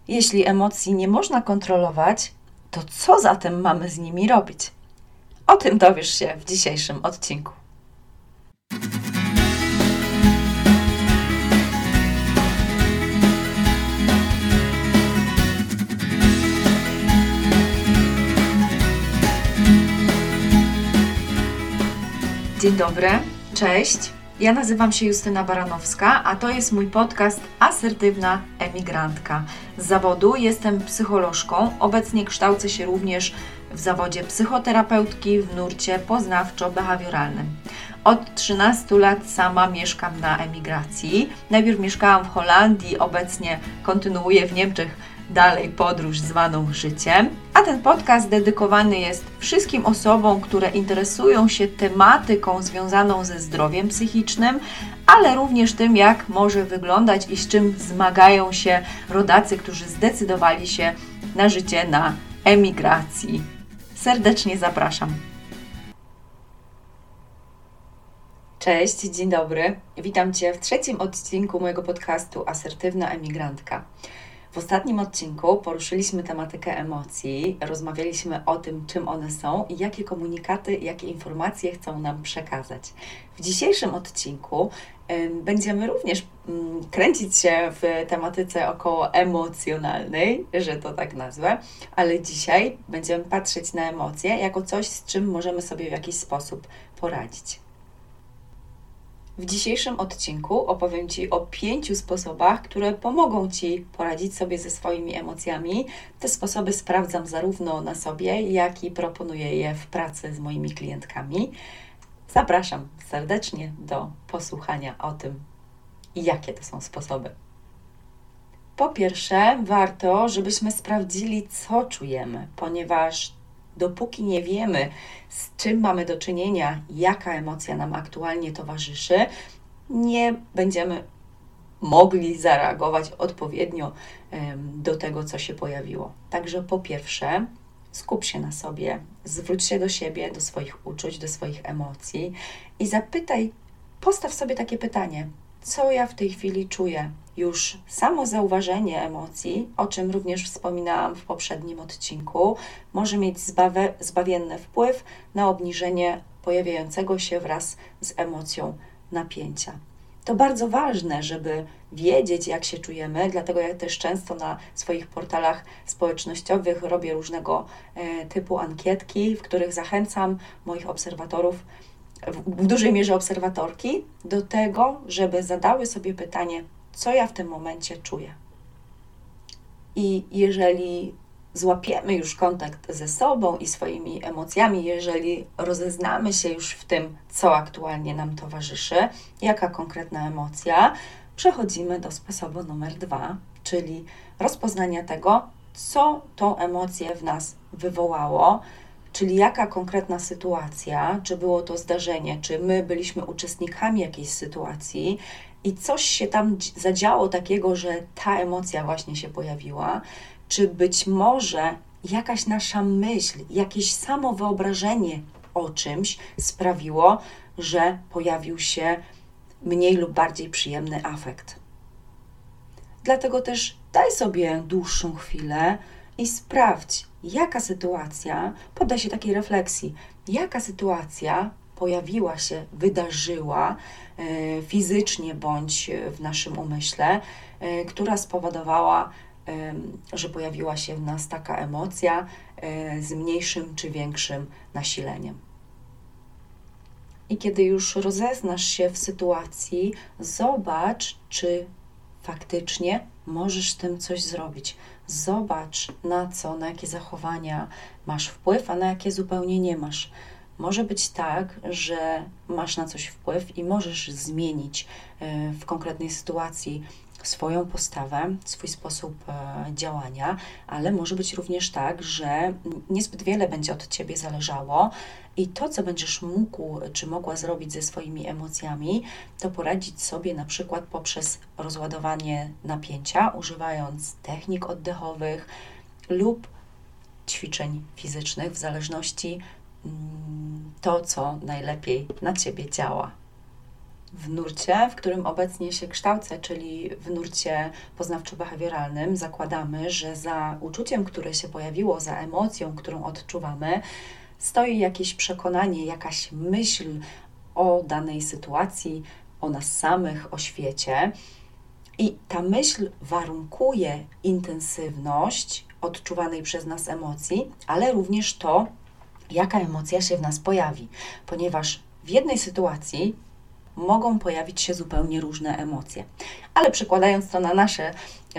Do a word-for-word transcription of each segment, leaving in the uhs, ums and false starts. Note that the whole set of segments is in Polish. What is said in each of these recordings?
Jeśli emocji nie można kontrolować, to co zatem mamy z nimi robić? O tym dowiesz się w dzisiejszym odcinku. Dzień dobry, cześć. Ja nazywam się Justyna Baranowska, a to jest mój podcast Asertywna Emigrantka. Z zawodu jestem psycholożką, obecnie kształcę się również w zawodzie psychoterapeutki w nurcie poznawczo-behawioralnym. Od trzynastu lat sama mieszkam na emigracji. Najpierw mieszkałam w Holandii, obecnie kontynuuję w Niemczech dalej podróż zwaną życiem, a ten podcast dedykowany jest wszystkim osobom, które interesują się tematyką związaną ze zdrowiem psychicznym, ale również tym, jak może wyglądać i z czym zmagają się rodacy, którzy zdecydowali się na życie na emigracji. Serdecznie zapraszam. Cześć, dzień dobry. Witam Cię w trzecim odcinku mojego podcastu Asertywna Emigrantka. W ostatnim odcinku poruszyliśmy tematykę emocji, rozmawialiśmy o tym, czym one są i jakie komunikaty, jakie informacje chcą nam przekazać. W dzisiejszym odcinku y, będziemy również y, kręcić się w tematyce około emocjonalnej, że to tak nazwę, ale dzisiaj będziemy patrzeć na emocje jako coś, z czym możemy sobie w jakiś sposób poradzić. W dzisiejszym odcinku opowiem Ci o pięciu sposobach, które pomogą Ci poradzić sobie ze swoimi emocjami. Te sposoby sprawdzam zarówno na sobie, jak i proponuję je w pracy z moimi klientkami. Zapraszam serdecznie do posłuchania o tym, jakie to są sposoby. Po pierwsze, warto, żebyśmy sprawdzili, co czujemy, ponieważ dopóki nie wiemy, z czym mamy do czynienia, jaka emocja nam aktualnie towarzyszy, nie będziemy mogli zareagować odpowiednio do tego, co się pojawiło. Także po pierwsze, skup się na sobie, zwróć się do siebie, do swoich uczuć, do swoich emocji i zapytaj, postaw sobie takie pytanie, co ja w tej chwili czuję? Już samo zauważenie emocji, o czym również wspominałam w poprzednim odcinku, może mieć zbawe, zbawienny wpływ na obniżenie pojawiającego się wraz z emocją napięcia. To bardzo ważne, żeby wiedzieć, jak się czujemy, dlatego ja też często na swoich portalach społecznościowych robię różnego e, typu ankietki, w których zachęcam moich obserwatorów, w dużej mierze obserwatorki, do tego, żeby zadały sobie pytanie, co ja w tym momencie czuję. I jeżeli złapiemy już kontakt ze sobą i swoimi emocjami, jeżeli rozeznamy się już w tym, co aktualnie nam towarzyszy, jaka konkretna emocja, przechodzimy do sposobu numer dwa, czyli rozpoznania tego, co tą emocję w nas wywołało, czyli jaka konkretna sytuacja, czy było to zdarzenie, czy my byliśmy uczestnikami jakiejś sytuacji i coś się tam zadziało takiego, że ta emocja właśnie się pojawiła, czy być może jakaś nasza myśl, jakieś samowyobrażenie o czymś sprawiło, że pojawił się mniej lub bardziej przyjemny afekt. Dlatego też daj sobie dłuższą chwilę i sprawdź, jaka sytuacja, poddaj się takiej refleksji, jaka sytuacja pojawiła się, wydarzyła e, fizycznie bądź w naszym umyśle, e, która spowodowała, e, że pojawiła się w nas taka emocja e, z mniejszym czy większym nasileniem. I kiedy już rozeznasz się w sytuacji, zobacz, czy faktycznie możesz z tym coś zrobić. Zobacz, na co, na jakie zachowania masz wpływ, a na jakie zupełnie nie masz. Może być tak, że masz na coś wpływ i możesz zmienić w konkretnej sytuacji swoją postawę, swój sposób działania, ale może być również tak, że niezbyt wiele będzie od Ciebie zależało i to, co będziesz mógł czy mogła zrobić ze swoimi emocjami, to poradzić sobie na przykład poprzez rozładowanie napięcia, używając technik oddechowych lub ćwiczeń fizycznych, w zależności to, co najlepiej na Ciebie działa. W nurcie, w którym obecnie się kształcę, czyli w nurcie poznawczo-behawioralnym, zakładamy, że za uczuciem, które się pojawiło, za emocją, którą odczuwamy, stoi jakieś przekonanie, jakaś myśl o danej sytuacji, o nas samych, o świecie. I ta myśl warunkuje intensywność odczuwanej przez nas emocji, ale również to, jaka emocja się w nas pojawi, ponieważ w jednej sytuacji mogą pojawić się zupełnie różne emocje. Ale przekładając to na nasze,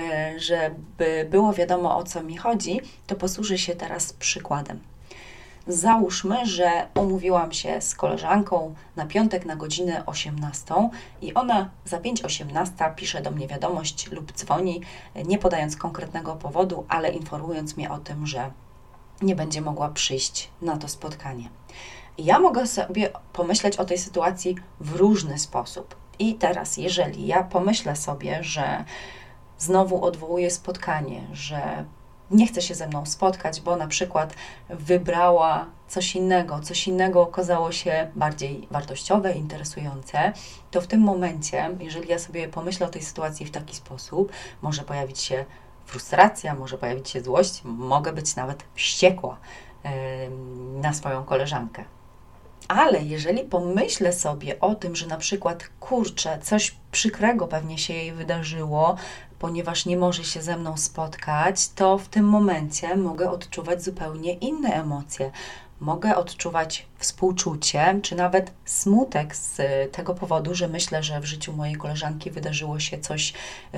żeby było wiadomo, o co mi chodzi, to posłużę się teraz przykładem. Załóżmy, że umówiłam się z koleżanką na piątek na godzinę osiemnastą i ona za pięć osiemnasta pisze do mnie wiadomość lub dzwoni, nie podając konkretnego powodu, ale informując mnie o tym, że nie będzie mogła przyjść na to spotkanie. Ja mogę sobie pomyśleć o tej sytuacji w różny sposób. I teraz, jeżeli ja pomyślę sobie, że znowu odwołuję spotkanie, że nie chce się ze mną spotkać, bo na przykład wybrała coś innego, coś innego okazało się bardziej wartościowe, interesujące, to w tym momencie, jeżeli ja sobie pomyślę o tej sytuacji w taki sposób, może pojawić się frustracja, może pojawić się złość, mogę być nawet wściekła yy, na swoją koleżankę. Ale jeżeli pomyślę sobie o tym, że na przykład, kurczę, coś przykrego pewnie się jej wydarzyło, ponieważ nie może się ze mną spotkać, to w tym momencie mogę odczuwać zupełnie inne emocje. Mogę odczuwać współczucie, czy nawet smutek z tego powodu, że myślę, że w życiu mojej koleżanki wydarzyło się coś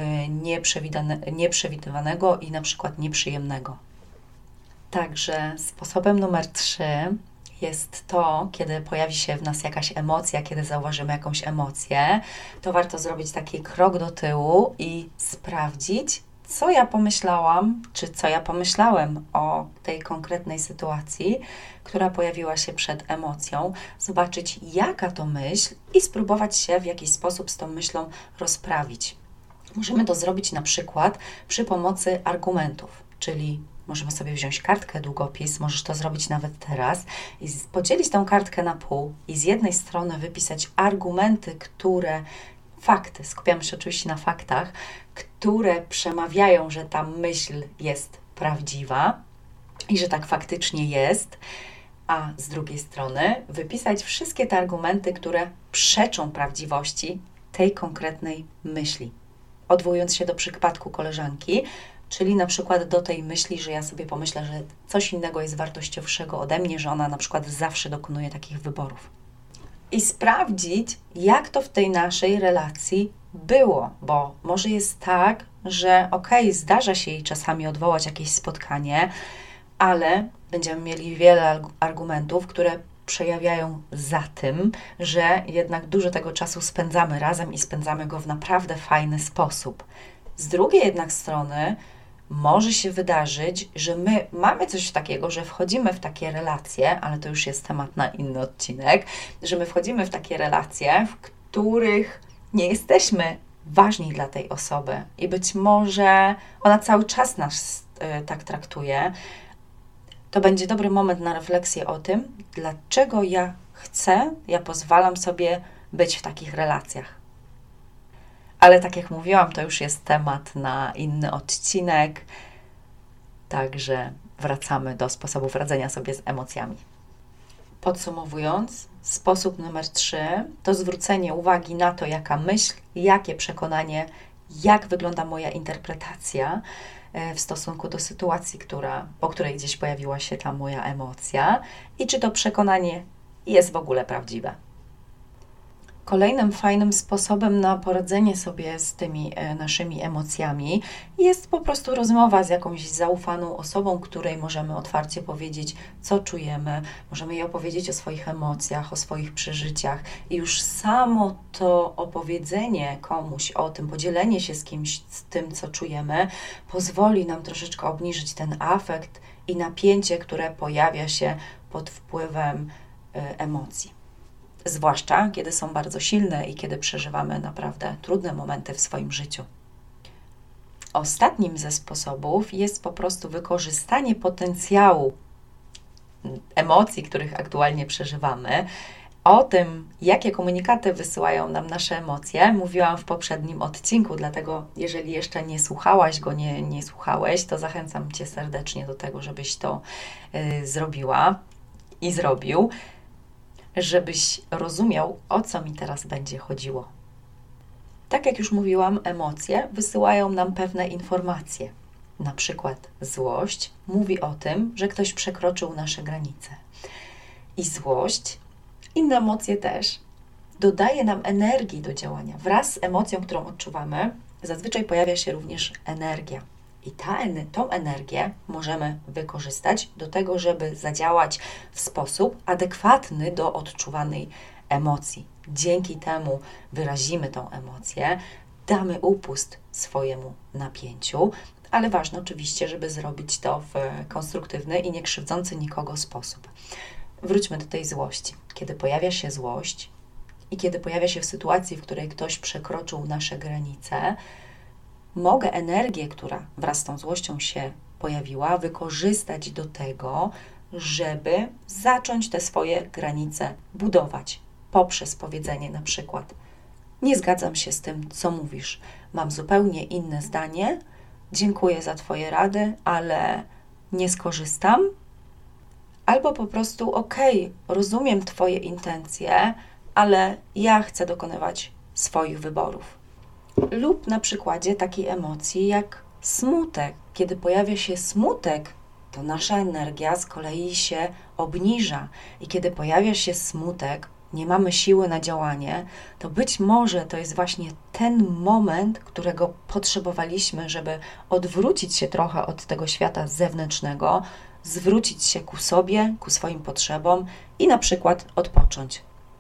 nieprzewidywanego i na przykład nieprzyjemnego. Także sposobem numer trzy jest to, kiedy pojawi się w nas jakaś emocja, kiedy zauważymy jakąś emocję, to warto zrobić taki krok do tyłu i sprawdzić, co ja pomyślałam, czy co ja pomyślałem o tej konkretnej sytuacji, która pojawiła się przed emocją, zobaczyć, jaka to myśl i spróbować się w jakiś sposób z tą myślą rozprawić. Możemy to zrobić na przykład przy pomocy argumentów, czyli możemy sobie wziąć kartkę, długopis, możesz to zrobić nawet teraz i podzielić tą kartkę na pół i z jednej strony wypisać argumenty, które, fakty, skupiamy się oczywiście na faktach, które przemawiają, że ta myśl jest prawdziwa i że tak faktycznie jest, a z drugiej strony wypisać wszystkie te argumenty, które przeczą prawdziwości tej konkretnej myśli. Odwołując się do przypadku koleżanki, czyli na przykład do tej myśli, że ja sobie pomyślę, że coś innego jest wartościowszego ode mnie, że ona na przykład zawsze dokonuje takich wyborów. I sprawdzić, jak to w tej naszej relacji było, bo może jest tak, że okej, okay, zdarza się jej czasami odwołać jakieś spotkanie, ale będziemy mieli wiele argumentów, które przejawiają za tym, że jednak dużo tego czasu spędzamy razem i spędzamy go w naprawdę fajny sposób. Z drugiej jednak strony może się wydarzyć, że my mamy coś takiego, że wchodzimy w takie relacje, ale to już jest temat na inny odcinek, że my wchodzimy w takie relacje, w których nie jesteśmy ważni dla tej osoby i być może ona cały czas nas y, tak traktuje. To będzie dobry moment na refleksję o tym, dlaczego ja chcę, ja pozwalam sobie być w takich relacjach. Ale tak jak mówiłam, to już jest temat na inny odcinek, także wracamy do sposobów radzenia sobie z emocjami. Podsumowując, sposób numer trzy to zwrócenie uwagi na to, jaka myśl, jakie przekonanie, jak wygląda moja interpretacja w stosunku do sytuacji, która, po której gdzieś pojawiła się ta moja emocja i czy to przekonanie jest w ogóle prawdziwe. Kolejnym fajnym sposobem na poradzenie sobie z tymi e, naszymi emocjami jest po prostu rozmowa z jakąś zaufaną osobą, której możemy otwarcie powiedzieć, co czujemy, możemy jej opowiedzieć o swoich emocjach, o swoich przeżyciach i już samo to opowiedzenie komuś o tym, podzielenie się z kimś z tym, co czujemy, pozwoli nam troszeczkę obniżyć ten afekt i napięcie, które pojawia się pod wpływem e, emocji. Zwłaszcza kiedy są bardzo silne i kiedy przeżywamy naprawdę trudne momenty w swoim życiu. Ostatnim ze sposobów jest po prostu wykorzystanie potencjału emocji, których aktualnie przeżywamy O tym, jakie komunikaty wysyłają nam nasze emocje, mówiłam w poprzednim odcinku, dlatego jeżeli jeszcze nie słuchałaś go, nie, nie słuchałeś, to zachęcam Cię serdecznie do tego, żebyś to y, zrobiła i zrobił, żebyś rozumiał, o co mi teraz będzie chodziło. Tak jak już mówiłam, emocje wysyłają nam pewne informacje. Na przykład złość mówi o tym, że ktoś przekroczył nasze granice. I złość, inne emocje też, dodaje nam energii do działania. Wraz z emocją, którą odczuwamy, zazwyczaj pojawia się również energia. I ta, tą energię możemy wykorzystać do tego, żeby zadziałać w sposób adekwatny do odczuwanej emocji. Dzięki temu wyrazimy tą emocję, damy upust swojemu napięciu, ale ważne oczywiście, żeby zrobić to w konstruktywny i nie krzywdzący nikogo sposób. Wróćmy do tej złości. Kiedy pojawia się złość i kiedy pojawia się w sytuacji, w której ktoś przekroczył nasze granice, mogę energię, która wraz z tą złością się pojawiła, wykorzystać do tego, żeby zacząć te swoje granice budować poprzez powiedzenie na przykład: nie zgadzam się z tym, co mówisz, mam zupełnie inne zdanie, dziękuję za Twoje rady, ale nie skorzystam. Albo po prostu: okej, okay, rozumiem Twoje intencje, ale ja chcę dokonywać swoich wyborów. Lub na przykładzie takiej emocji jak smutek. Kiedy pojawia się smutek, to nasza energia z kolei się obniża. I kiedy pojawia się smutek, nie mamy siły na działanie, to być może to jest właśnie ten moment, którego potrzebowaliśmy, żeby odwrócić się trochę od tego świata zewnętrznego, zwrócić się ku sobie, ku swoim potrzebom i na przykład odpocząć.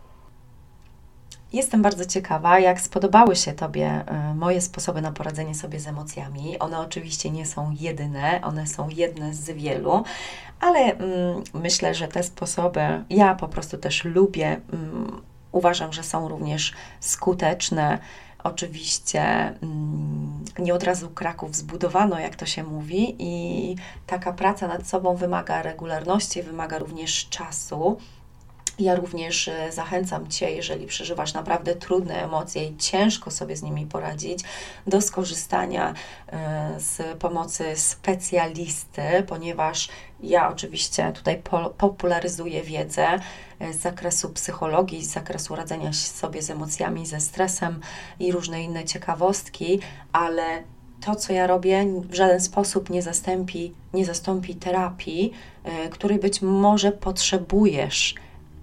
Jestem bardzo ciekawa, jak spodobały się Tobie moje sposoby na poradzenie sobie z emocjami. One oczywiście nie są jedyne, one są jedne z wielu, ale mm, myślę, że te sposoby ja po prostu też lubię. Mm, uważam, że są również skuteczne. Oczywiście mm, nie od razu Kraków zbudowano, jak to się mówi, i taka praca nad sobą wymaga regularności, wymaga również czasu. Ja również zachęcam Cię, jeżeli przeżywasz naprawdę trudne emocje i ciężko sobie z nimi poradzić, do skorzystania z pomocy specjalisty, ponieważ ja oczywiście tutaj popularyzuję wiedzę z zakresu psychologii, z zakresu radzenia sobie z emocjami, ze stresem i różne inne ciekawostki, ale to, co ja robię, w żaden sposób nie zastąpi, nie zastąpi terapii, której być może potrzebujesz.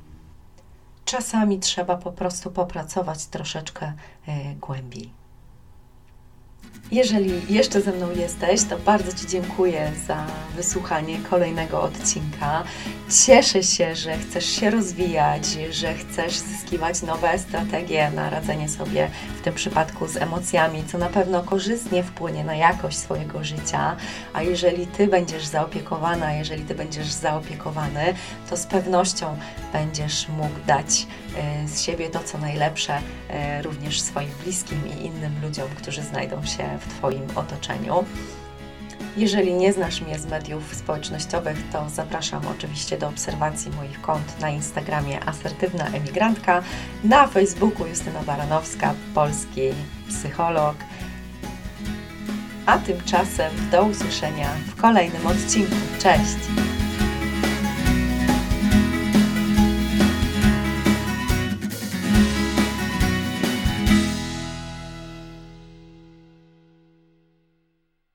Czasami trzeba po prostu popracować troszeczkę y, głębiej. Jeżeli jeszcze ze mną jesteś, to bardzo Ci dziękuję za wysłuchanie kolejnego odcinka. Cieszę się, że chcesz się rozwijać, że chcesz zyskiwać nowe strategie na radzenie sobie w tym przypadku z emocjami, co na pewno korzystnie wpłynie na jakość swojego życia. A jeżeli Ty będziesz zaopiekowana, jeżeli Ty będziesz zaopiekowany, to z pewnością będziesz mógł dać y, z siebie to, co najlepsze, y, również swoim bliskim i innym ludziom, którzy znajdą się w Twoim otoczeniu. Jeżeli nie znasz mnie z mediów społecznościowych, to zapraszam oczywiście do obserwacji moich kont na Instagramie Asertywna Emigrantka, na Facebooku Justyna Baranowska, polski psycholog. A tymczasem do usłyszenia w kolejnym odcinku. Cześć!